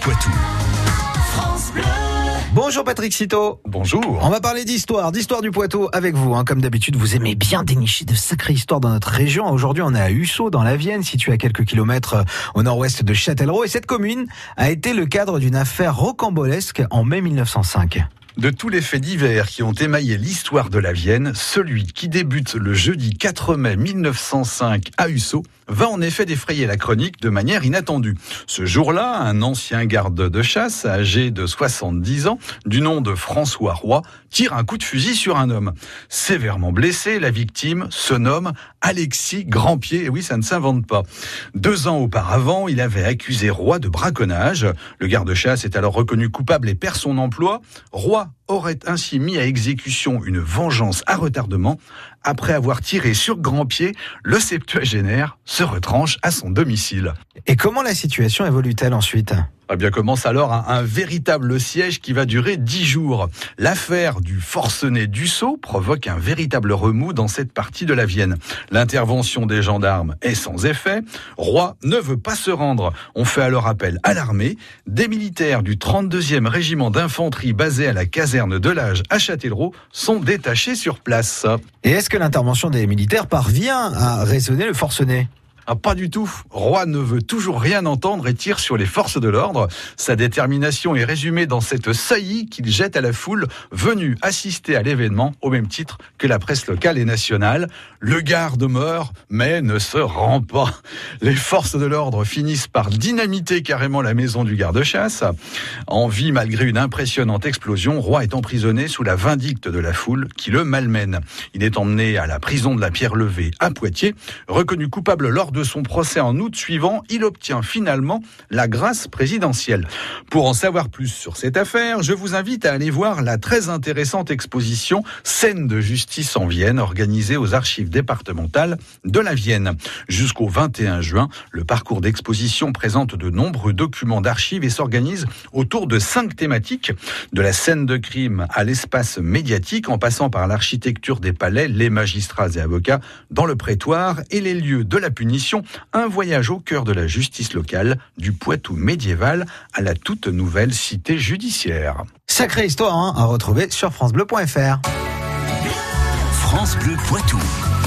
Poitou. France Bleu. Bonjour Patrick Citeau. Bonjour. On va parler d'histoire du Poitou avec vous. Comme d'habitude, vous aimez bien dénicher de sacrées histoires dans notre région. Aujourd'hui, on est à Hussau, dans la Vienne, situé à quelques kilomètres au nord-ouest de Châtellerault. Et cette commune a été le cadre d'une affaire rocambolesque en mai 1905. De tous les faits divers qui ont émaillé l'histoire de la Vienne, celui qui débute le jeudi 4 mai 1905 à Hussau va en effet défrayer la chronique de manière inattendue. Ce jour-là, un ancien garde de chasse, âgé de 70 ans, du nom de François Roy, tire un coup de fusil sur un homme. Sévèrement blessé, la victime se nomme Alexis Grandpied. Et oui, ça ne s'invente pas. 2 ans auparavant, il avait accusé Roy de braconnage. Le garde-chasse est alors reconnu coupable et perd son emploi. Roy aurait ainsi mis à exécution une vengeance à retardement. Après avoir tiré sur Grandpied, le septuagénaire se retranche à son domicile. Et comment la situation évolue-t-elle ensuite ? Eh bien, commence alors un véritable siège qui va durer 10 jours. L'affaire du forcené d'Hussau provoque un véritable remous dans cette partie de la Vienne. L'intervention des gendarmes est sans effet. Roy ne veut pas se rendre. On fait alors appel à l'armée. Des militaires du 32e régiment d'infanterie basé à la caserne de l'Age à Châtellerault sont détachés sur place. Et est-ce que l'intervention des militaires parvient à raisonner le forcené ? Ah, pas du tout. Roy ne veut toujours rien entendre et tire sur les forces de l'ordre. Sa détermination est résumée dans cette saillie qu'il jette à la foule venue assister à l'événement, au même titre que la presse locale et nationale. Le garde meurt, mais ne se rend pas. Les forces de l'ordre finissent par dynamiter carrément la maison du garde-chasse. En vie, malgré une impressionnante explosion, Roy est emprisonné sous la vindicte de la foule qui le malmène. Il est emmené à la prison de la Pierre-Levée à Poitiers. Reconnu coupable lors de son procès en août suivant, il obtient finalement la grâce présidentielle. Pour en savoir plus sur cette affaire, je vous invite à aller voir la très intéressante exposition Scènes de justice en Vienne, organisée aux archives départementales de la Vienne. Jusqu'au 21 juin, le parcours d'exposition présente de nombreux documents d'archives et s'organise autour de 5 thématiques, de la scène de crime à l'espace médiatique, en passant par l'architecture des palais, les magistrats et avocats dans le prétoire et les lieux de la punition. Un voyage au cœur de la justice locale, du Poitou médiéval à la toute nouvelle cité judiciaire. Sacrée histoire à retrouver sur francebleu.fr. France Bleu Poitou.